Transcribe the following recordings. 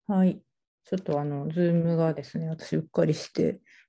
はい。ちょっとズームがですね、私うっかりして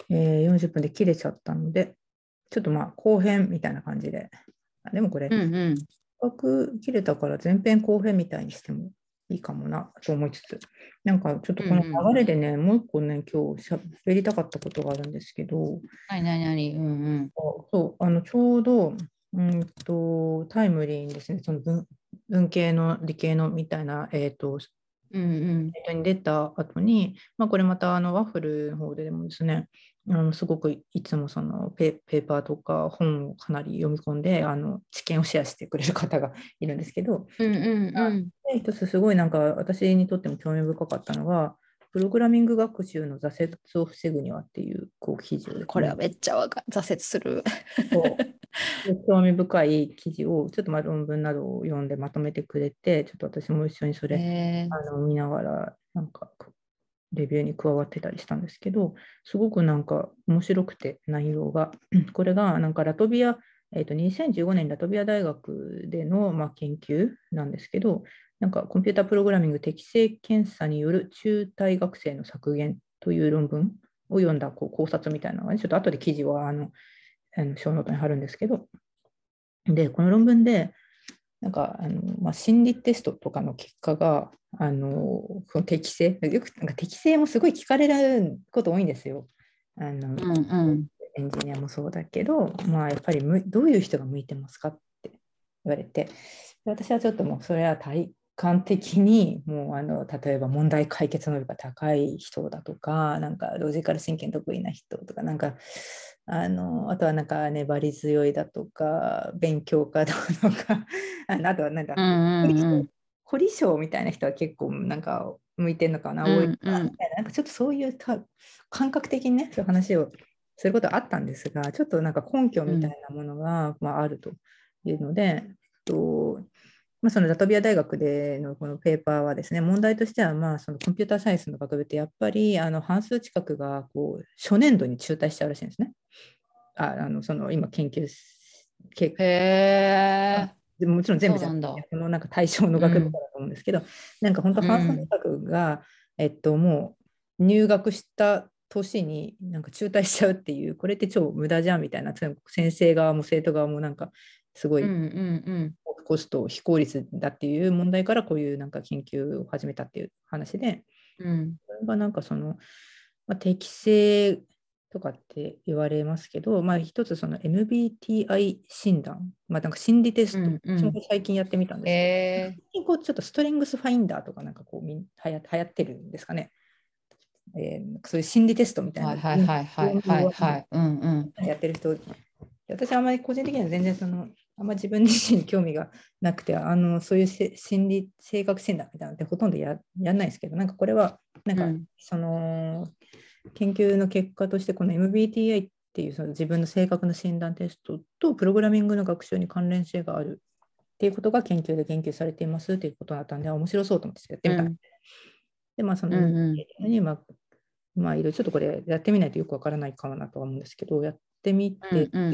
、40分で切れちゃったので、ちょっとまあ後編みたいな感じで、でもこれ、 うんうん。 せっかく切れたから前編後編みたいにしてもいいかもなと思いつつ、なんかちょっとこのうんうん。 流れでね、もう一個ね、今日喋りたかったことがあるんですけど、 なにうんうん。 そう、ちょうど、タイムリーにですね、その文系の理系のみたいな、 うんうん。 に出た後に、まあ、これまたワッフルの方でもですね、すごくいつもそのペーパーとか本をかなり読み込んで、知見をシェアしてくれる方がいるんですけど、 うんうんうん。 で一つすごいなんか私にとっても興味深かったのが、プログラミング学習の挫折を防ぐにはっていう、こう記事をですね、 これはめっちゃ挫折する。 興味深い記事を、ちょっとまあ論文などを読んでまとめてくれて、ちょっと私も一緒にそれ見ながら、なんかレビューに加わってたりしたんですけど、すごくなんか面白くて、内容が。これがなんかラトビア、2015年ラトビア大学での、まあ、研究なんですけど、なんかコンピュータープログラミング適正検査による中退学生の削減という論文を読んだこう考察みたいなのがね、ちょっと後で記事は小ノートに貼るんですけど、で、この論文で、なんかまあ、心理テストとかの結果が、その適正、よくなんか適正もすごい聞かれること多いんですよ。 うんうん。 エンジニアもそうだけど、まあ、やっぱりどういう人が向いてますかって言われて、私はちょっともうそれは体感的に、もう例えば問題解決能力が高い人だとか、なんかロジカルシンキング得意な人とか、なんかあとはなんか粘り強いだとか、勉強家だとか、あとはなんか、 うんうんうん。 凝り性みたいな人は結構なんか向いてるのかな、 う多いんうん。 みたいな、なんかちょっとそういう感覚的にね、そういう話をすることはあったんですが、ちょっとなんか根拠みたいなものが、まあ、あるというので、まあ、そのラトビア大学でのこのペーパーはですね、問題としては、まあ、そのコンピューターサイエンスの学部ってやっぱり半数近くがこう初年度に中退しちゃうらしいんですね。その今研究結へえ。 でもちろん全部じゃなくて、 そうなんだ。 このなんか対象のうん。 学部だと思うんですけど、なんか本当半数近うん。 くが、もう入学した年になんか中退しちゃうっていう、これって超無駄じゃんみたいな、先生側も生徒側もなんかすごいうんうんうん。 コスト、非効率だっていう問題からこういうなんか研究を始めたっていう話で、 うん。 これがなんかその、まあ、適正とかって言われますけど、まあ、一つその MBTI 診断、まあ、なんか心理テスト、 うんうん。 私も最近やってみたんでへすけど、 え。 最近こうちょっとストレングスファインダーとかなんかこう流行ってるんですかね。そういう心理テストみたいなはいはいのをはいはいはいはい。うんうん。 やってる人、私はあまり個人的には全然あんま自分自身に興味がなくて、そういう心理性格診断みたいなのってほとんどやんないですけど、なんかこれは、なんかうん。 その研究の結果として、この MBTI っていうその自分の性格の診断テストとプログラミングの学習に関連性があるっていうことが研究で研究されていますっていうことだったんで、面白そうと思ってやってみた。 うんで、まあ、そのうんうん。 MBTI に、まあ、いろいろちょっとこれやってみないとよくわからないかもなとは思うんですけど、やってみて、 うんうん。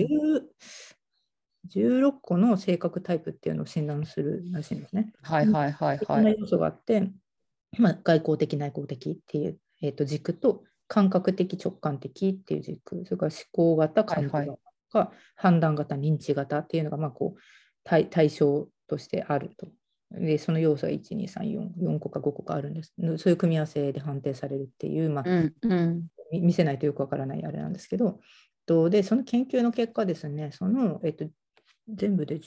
16個の性格タイプっていうのを診断するらしいんですね。 はいはいはいはい。 いろんな要素があって、まあ、外交的、内向的っていう、軸と、感覚的、直感的っていう軸、それから思考型、感情はいはい。 型、判断型、認知型っていうのが、まあ、こう対象としてあると。で、その要素が1、2、3、4個か5個かあるんです。そういう組み合わせで判定されるっていう、まあ、 うんうん。 見せないとよくわからないあれなんですけど、で、その研究の結果ですね、全部で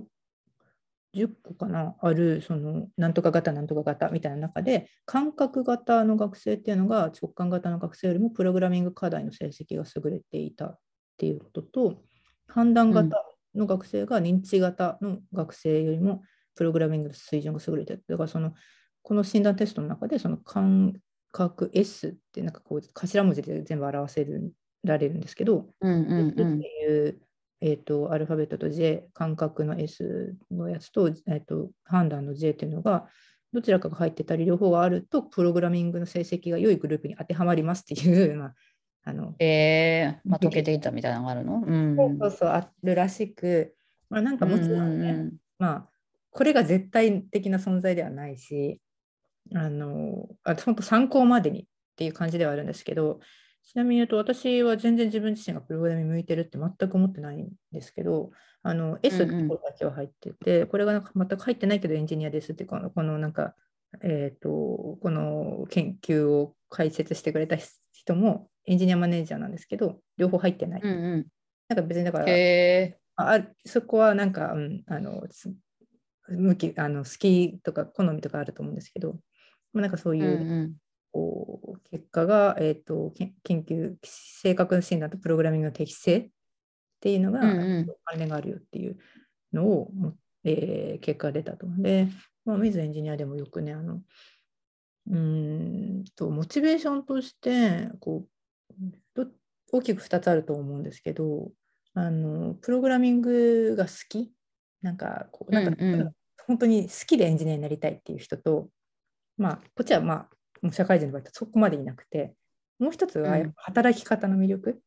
10個かな、ある、なんとか型、なんとか型みたいな中で、感覚型の学生っていうのが直感型の学生よりもプログラミング課題の成績が優れていたっていうことと、判断型うん。 の学生が認知型の学生よりもプログラミングの水準が優れている。だからこの診断テストの中で、その感覚 S ってなんかこう頭文字で全部表せられるんですけど、 うんう S ってんうん。 いう、アルファベットと J、感覚の S のやつと、判断の J っていうのが、どちらかが入ってたり、両方があると、プログラミングの成績が良いグループに当てはまりますっていう、まあ、 まあ、溶けていたみたいなのがあるのうん。 そうそうそう、あるらしく、まあ、なんうんかもちろんね、 うんうん。 まあ、これが絶対的な存在ではないし、 本当参考までにっていう感じではあるんですけど、ちなみに言うと私は全然自分自身がプログラミング向いてるって全く思ってないんですけど、S ってところだけは入ってて、これがなんか全く入ってないけどエンジニアですってこのなんか、この研究を解説してくれた人もエンジニアマネージャーなんですけど、両方入ってない。なんか別にだかへら、 え。 そこはなんか、好きとか好みとかあると思うんですけど、なんかそううんいううん。 結果が、研究、性格診断とプログラミングの適性っていうのうんがうん。 関連があるよっていうのを、結果が出たと。で、水エンジニアでもよくね、モチベーションとして大きく2つあると思うんですけど、プログラミングが好き、なんか本当に好きでエンジニアになりたいっていう人と、こっちはもう社会人の場合そこまでいなくて、もう一つはやっぱ働き方の魅力。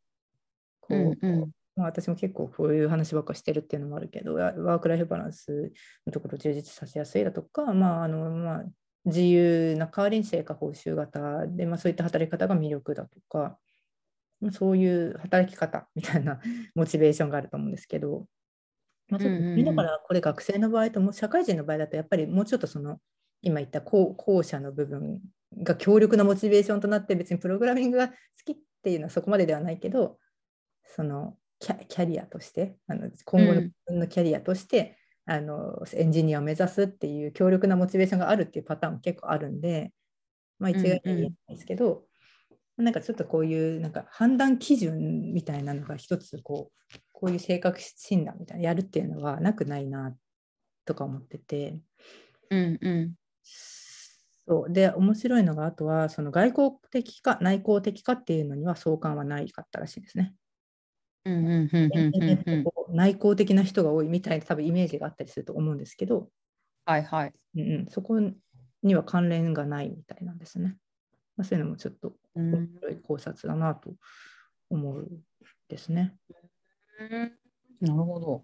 私も結構こういう話ばっかしてるっていうのもあるけど、ワークライフバランスのところを充実させやすいだとか、自由な代わりに成果報酬型で、そういった働き方が魅力だとか、そういう働き方みたいなモチベーションがあると思うんですけど、ちょっとだからこれ学生の場合とも社会人の場合だとやっぱりもうちょっと今言った後者の部分が強力なモチベーションとなって、別にプログラミングが好きっていうのはそこまでではないけど、キャリアとして今後の自分のキャリアとしてエンジニアを目指すっていう強力なモチベーションがあるっていうパターンも結構あるんで、一概には言えないですけど、なんかちょっとこういうなんか判断基準みたいなのが一つこういう性格診断みたいなやるっていうのはなくないなとか思ってて、そうで面白いのが、あとはその外交的か内向的かっていうのには相関はないかったらしいんですね。内向的な人が多いみたいな多分イメージがあったりすると思うんですけど、 はいはい。 そこには関連がないみたいなんですね。そういうのもちょっと面白い考察だなと思うですね。 なるほど。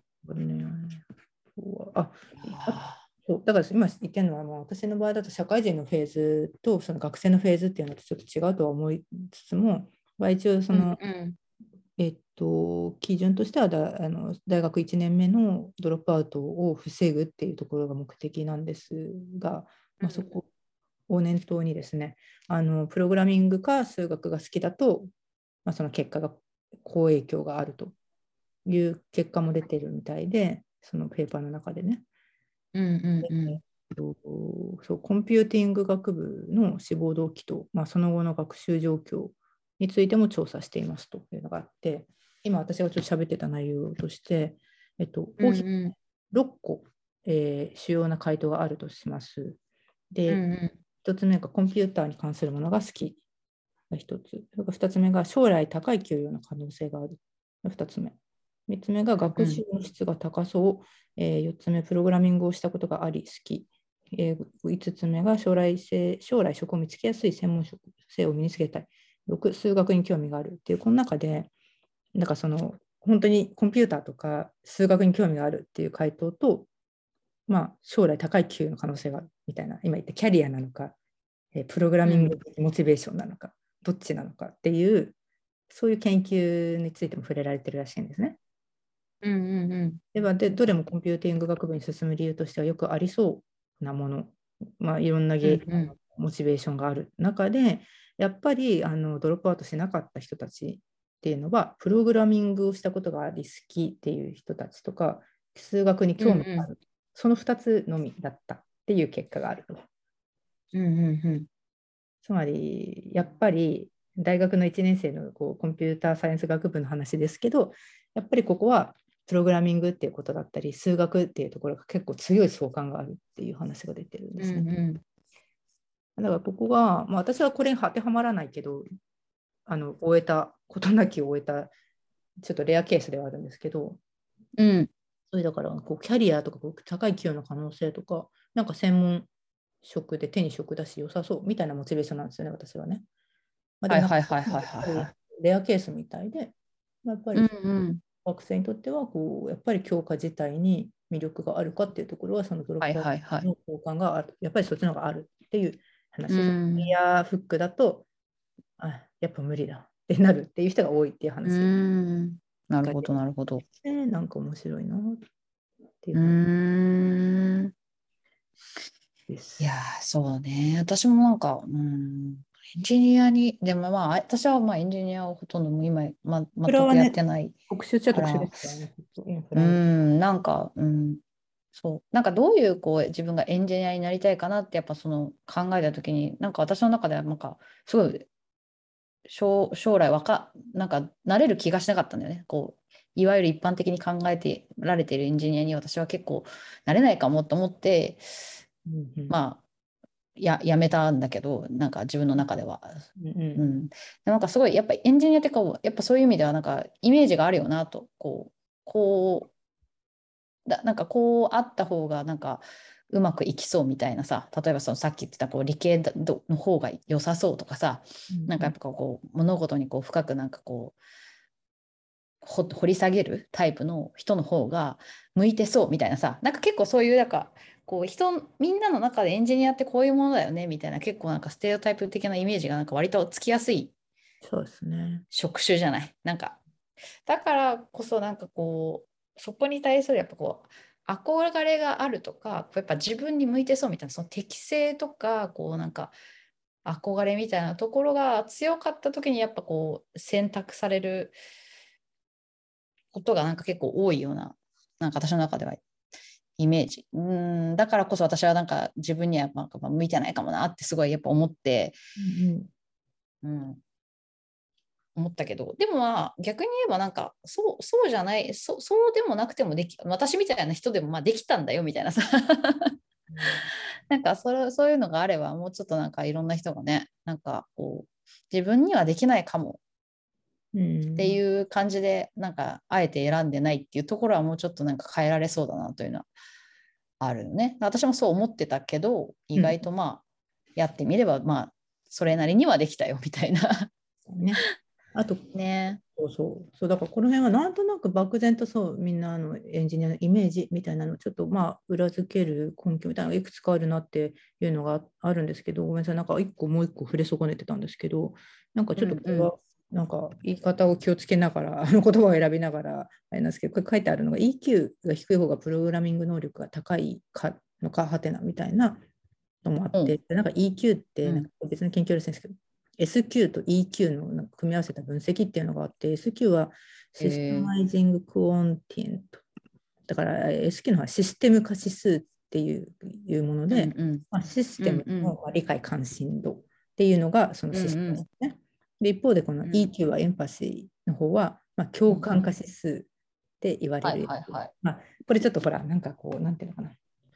そうだから今言ってるのは、私の場合だと社会人のフェーズとその学生のフェーズっていうのとちょっと違うとは思いつつも、一応基準としては大学1年目のドロップアウトを防ぐっていうところが目的なんですが、そこを念頭にですね、プログラミングか数学が好きだと、その結果が好影響があるという結果も出てるみたいで、そのペーパーの中でね。コンピューティング学部の志望動機と、その後の学習状況についても調査していますというのがあって、今私がちょっと喋ってた内容として、大きく6個、主要な回答があるとします。で、1つ目がコンピューターに関するものが好きが1つ。2つ目が将来高い給与の可能性がある。2つ目。3つ目が学習の質が高そう。4つ目、プログラミングをしたことがあり、好き。5つ目が将来職を見つけやすい専門職性を身につけたい。6、数学に興味があるっていう、この中で、なんか本当にコンピューターとか数学に興味があるっていう回答と、将来高い給与の可能性があるみたいな、今言ったキャリアなのか、プログラミングモチベーションなのか、どっちなのかっていう、そういう研究についても触れられてるらしいんですね。でどれもコンピューティング学部に進む理由としてはよくありそうなもの、いろんなモチベーションがある中で、やっぱりドロップアウトしなかった人たちっていうのは、プログラミングをしたことがあり好きっていう人たちとか、数学に興味がある、その2つのみだったっていう結果があると。つまり、やっぱり大学の1年生のコンピューターサイエンス学部の話ですけど、やっぱりここはプログラミングっていうことだったり、数学っていうところが結構強い相関があるっていう話が出てるんですね。だからここが、私はこれに当てはまらないけど、終えた、事なきを終えた、ちょっとレアケースではあるんですけど、それだからキャリアとか高い給与の可能性とか、なんか専門職で手に職だし良さそうみたいなモチベーションなんですよね、私はね。でもレアケースみたいで、やっぱり学生にとってはやっぱり教科自体に魅力があるかっていうところは、そのドロップアウトの交換がある、やっぱりそっちの方があるっていう話です。イヤーフックだと、やっぱ無理だってなるっていう人が多いっていう話。 なるほど、なるほど。 なんか面白いなっていう感じです。 いやー、そうね。私もなんか、エンジニアに、でもまあ、私はまあエンジニアをほとんどもう今、全くやっこれはね、 てない特殊っちゃ特殊でから、 すからね、インフラの。 なんか、そう。なんかどういうこう自分がエンジニアになりたいかなってやっぱその考えたときに、なんか私の中ではなんかすごい将来なんかなれる気がしなかったんだよね。こう、いわゆる一般的に考えてられているエンジニアに私は結構なれないかもと思って、まあ、やめたんだけど、なんか自分の中では。でなんかすごい、やっぱりエンジニアってこう、やっぱそういう意味ではなんかイメージがあるよなと、なんかこうあった方がなんかうまくいきそうみたいなさ、例えばそのさっき言ってたこう理系の方が良さそうとかさ、なんかやっぱこう物事にこう深くなんかこう掘り下げるタイプの人の方が向いてそうみたいなさ、なんか結構そういうなんかこうみんなの中でエンジニアってこういうものだよねみたいな結構なんかステレオタイプ的なイメージがなんか割とつきやすいそうですね。 職種じゃない。なんかだからこそなんかこうそこに対するやっぱこう憧れがあるとかやっぱ自分に向いてそうみたいなその適性とかこうなんか憧れみたいなところが強かった時にやっぱこう選択されることがなんか結構多いようななんか私の中ではイメージだからこそ私はなんか自分にはなんか向いてないかもなってすごいやっぱ思って、思ったけど、でもまあ逆に言えばなんかそうじゃない、そうでもなくても私みたいな人でもまあできたんだよみたいなさなんかそういうのがあればもうちょっとなんかいろんな人がね、なんかこう自分にはできないかもっていう感じでなんかあえて選んでないっていうところはもうちょっとなんか変えられそうだなというのはあるよね。私もそう思ってたけど、意外とまあやってみればまあそれなりにはできたよみたいなね。あと、 ね。 そうだからこの辺はなんとなく漠然とそうみんなエンジニアのイメージみたいなのをちょっとまあ裏付ける根拠みたいなのがいくつかあるなっていうのがあるんですけど、ごめんなさい、なんかもう一個触れ損ねてたんですけど、なんかちょっとこれはなんか言い方を気をつけながら、言葉を選びながらあれなんですけど、これ書いてあるのが EQ が低い方がプログラミング能力が高いかのかはてなみたいなのもあって、なんか EQ ってなんか別の研究らしいんですけど、SQ と EQ のなんか組み合わせた分析っていうのがあって、SQ はシステマイジングクオンティエント。だから SQ の方はシステム化指数っていうもので、システムの理解関心度っていうのがそのシステムですね。で一方でこの EQ はエンパシーの方は、共感化指数って言われる。これちょっとほら、なんかこう、なんていうのかな。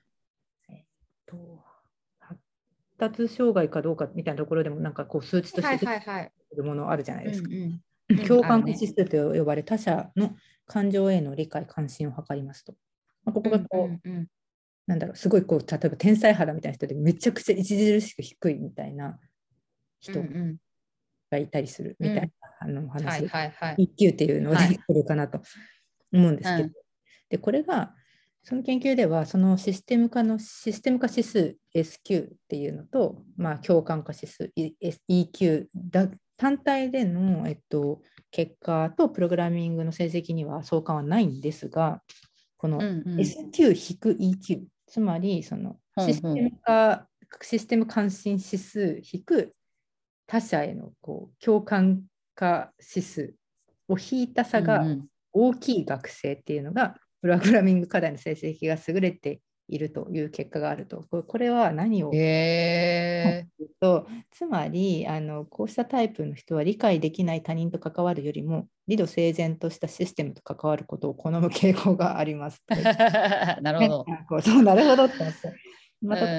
発達障害かどうかみたいなところでもなんかこう数値として出てくるものあるじゃないですか。共感指数と呼ばれ他者の感情への理解関心を図りますと。ここがこう、なんだろう、すごいこう例えば天才肌みたいな人でめちゃくちゃ著しく低いみたいな人がいたりするみたいな話で、EQ っていうのを出てくるかなと思うんですけど、でこれがその研究ではそのシステム化指数 SQ っていうのと、共感化指数 EQ 単体での、結果とプログラミングの成績には相関はないんですが、この SQ-EQ、つまりそのシステム関心指数引く他者へのこう共感化指数を引いた差が大きい学生っていうのが、プログラミング課題の成績が優れているという結果があると。これは何をと、つまりこうしたタイプの人は理解できない他人と関わるよりも理路整然としたシステムと関わることを好む傾向があります。 なるほど。 そうなるほどって思って。また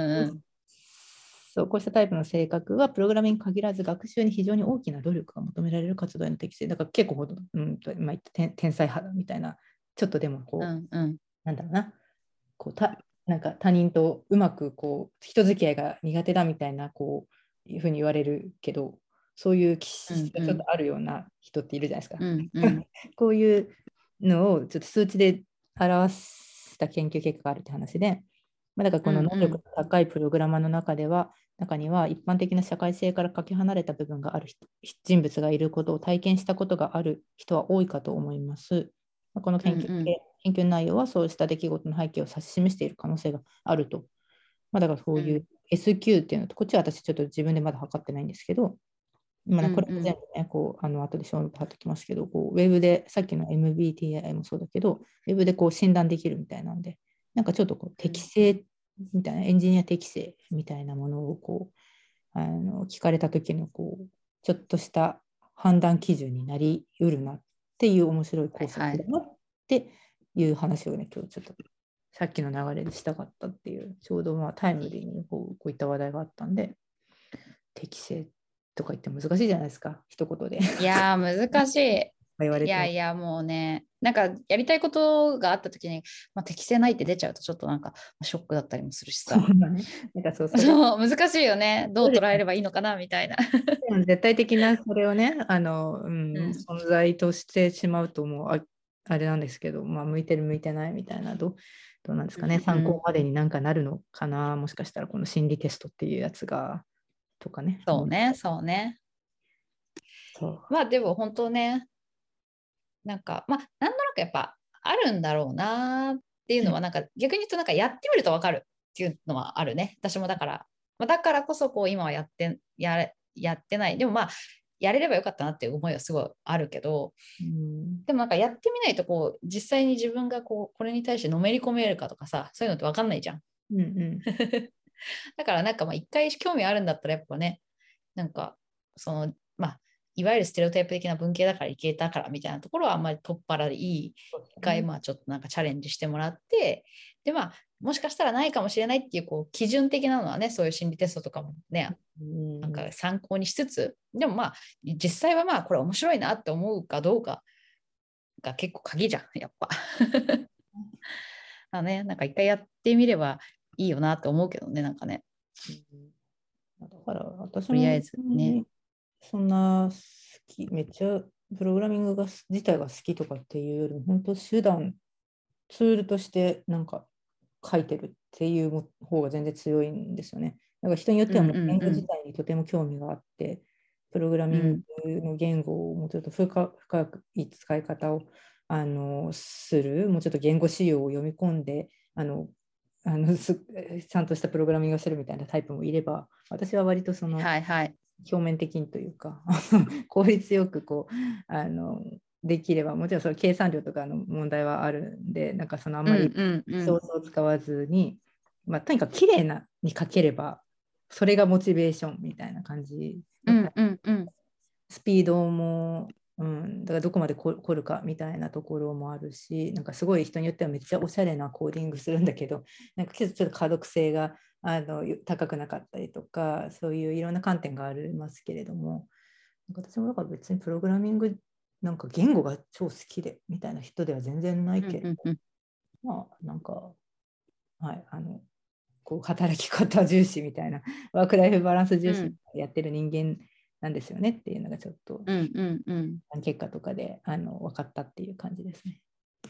こうしたタイプの性格はプログラミングに限らず学習に非常に大きな努力が求められる活動への適性。だから結構、今言った天才肌みたいな、ちょっとでもこう、なんだろうな、こうなんか他人とうまくこう人付き合いが苦手だみたいなこういうふうに言われるけど、そういう気質がちょっとあるような人っているじゃないですか。こういうのをちょっと数値で表した研究結果があるって話で、 だからこの能力の高いプログラマーの中には一般的な社会性からかけ離れた部分がある人物がいることを体験したことがある人は多いかと思います。この研究内容はそうした出来事の背景を指し示している可能性があると。だからそういう SQ っていうのと、こっちは私ちょっと自分でまだ測ってないんですけど、これも全部ね、後でショーノート貼ってきますけど、ウェブで、さっきの MBTI もそうだけど、ウェブで診断できるみたいなんで、なんかちょっと適性みたいな、エンジニア適性みたいなものを聞かれた時のちょっとした判断基準になりうるなっていう面白い考察だなっていう話をね、今日ちょっとさっきの流れでしたかったっていう、ちょうどタイムリーにこういった話題があったんで、適性とか言って難しいじゃないですか、一言で。 いやー、難しい。 言われていや、もうね、なんかやりたいことがあった時に、適性ないって出ちゃうとちょっとなんかショックだったりもするしさ。 なんかそう難しいよね。どう捉えればいいのかなみたいな。 絶対的なそれをね、存在としてしまうともうあれなんですけど、向いてる向いてないみたいな、どうなんですかね、参考までになんかなるのかな、もしかしたらこの心理テストっていうやつがとかね。 そうね。でも本当ね、なんとなくやっぱあるんだろうなっていうのは、なんか逆に言うとなんかやってみると分かるっていうのはあるね。私もだから、だからこそ今はやってない。でもやれればよかったなっていう思いはすごいあるけど、でもなんかやってみないと実際に自分がこれに対してのめり込めるかとかさ、そういうのって分かんないじゃん。だからなんか一回興味あるんだったらやっぱね、なんかいわゆるステレオタイプ的な文系だからいけたからみたいなところはあんまり取っ払いい、一回ちょっとなんかチャレンジしてもらって、でもしかしたらないかもしれないっていう基準的なのはね、そういう心理テストとかもね、なんか参考にしつつ、でも実際はこれ面白いなって思うかどうかが結構鍵じゃん、やっぱ。なんか一回やってみればいいよなって思うけどね、なんかね。 だから私もとりあえずね。 そんなめっちゃプログラミング自体が好きとかっていうよりも、本当ツールとしてなんか書いてるっていう方が全然強いんですよね。だから人によってはもう言語自体にとても興味があって、プログラミングの言語をもうちょっと深い使い方をする、もうちょっと言語仕様を読み込んで、ちゃんとしたプログラミングをするみたいなタイプもいれば、私は割とその、表面的にというか効率よくできれば、もちろんその計算量とかの問題はあるんで、なんかそのあんまりソースを使わずに、とにかく綺麗なに書ければそれがモチベーションみたいな感じ、スピードも、だからどこまで凝るかみたいなところもあるし、なんかすごい人によってはめっちゃおしゃれなコーディングするんだけど、なんかちょっと可読性が高くなかったりとか、そういういろんな観点がありますけれども、私もだから別にプログラミングなんか言語が超好きでみたいな人では全然ないけど、なんか、はい、働き方重視みたいな、ワークライフバランス重視やってる人間なんですよねっていうのがちょっと、結果とかで分かったっていう感じですね。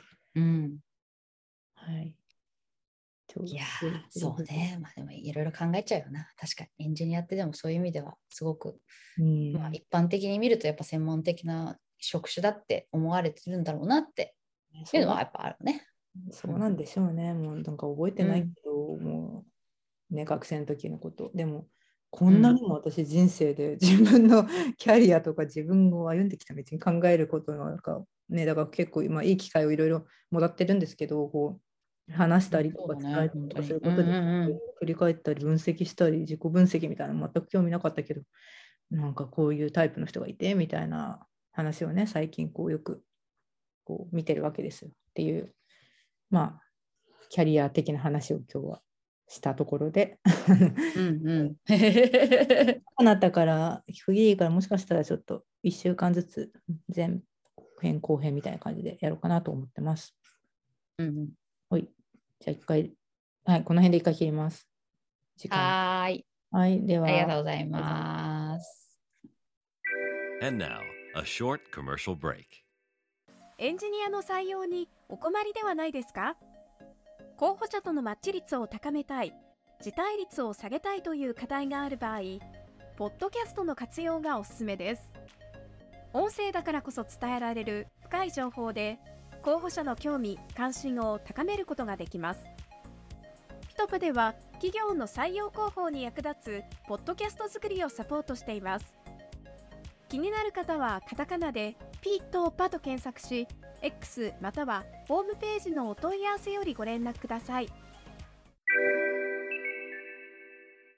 はい。 いやそうね。でもいろいろ考えちゃうよな。確かにエンジニアってでもそういう意味ではすごく、一般的に見るとやっぱ専門的な職種だって思われてるんだろうなっていうのはやっぱあるね。 そうなんでしょうね。もうなんか覚えてないけど、もうね、学生の時のこと。でも、こんなにも私人生で自分のキャリアとか自分を歩んできた道に考えることなんかね、だから結構今いい機会をいろいろもらってるんですけど、話したりとか伝えたりとかすることで、振り返ったり分析したり、自己分析みたいなの全く興味なかったけど、なんかこういうタイプの人がいてみたいな話をね、最近よく見てるわけですよっていう、キャリア的な話を今日はしたところであなたから区切りからもしかしたらちょっと1週間ずつ前編後編みたいな感じでやろうかなと思ってます。はい。じゃあ一回、はい、この辺で一回切ります。 はい。 はい、では。 ありがとうございます。 And now, a short commercial break. エンジニアの採用にお困りではないですか？ 候補者とのマッチ率を高めたい、辞退率を下げたいという課題がある場合、ポッドキャストの活用がおすすめです。音声だからこそ伝えられる深い情報で、候補者の興味・関心を高めることができます。ピトプでは企業の採用広報に役立つポッドキャスト作りをサポートしています。気になる方はカタカナでピとパと検索し、X またはホームページのお問い合わせよりご連絡ください。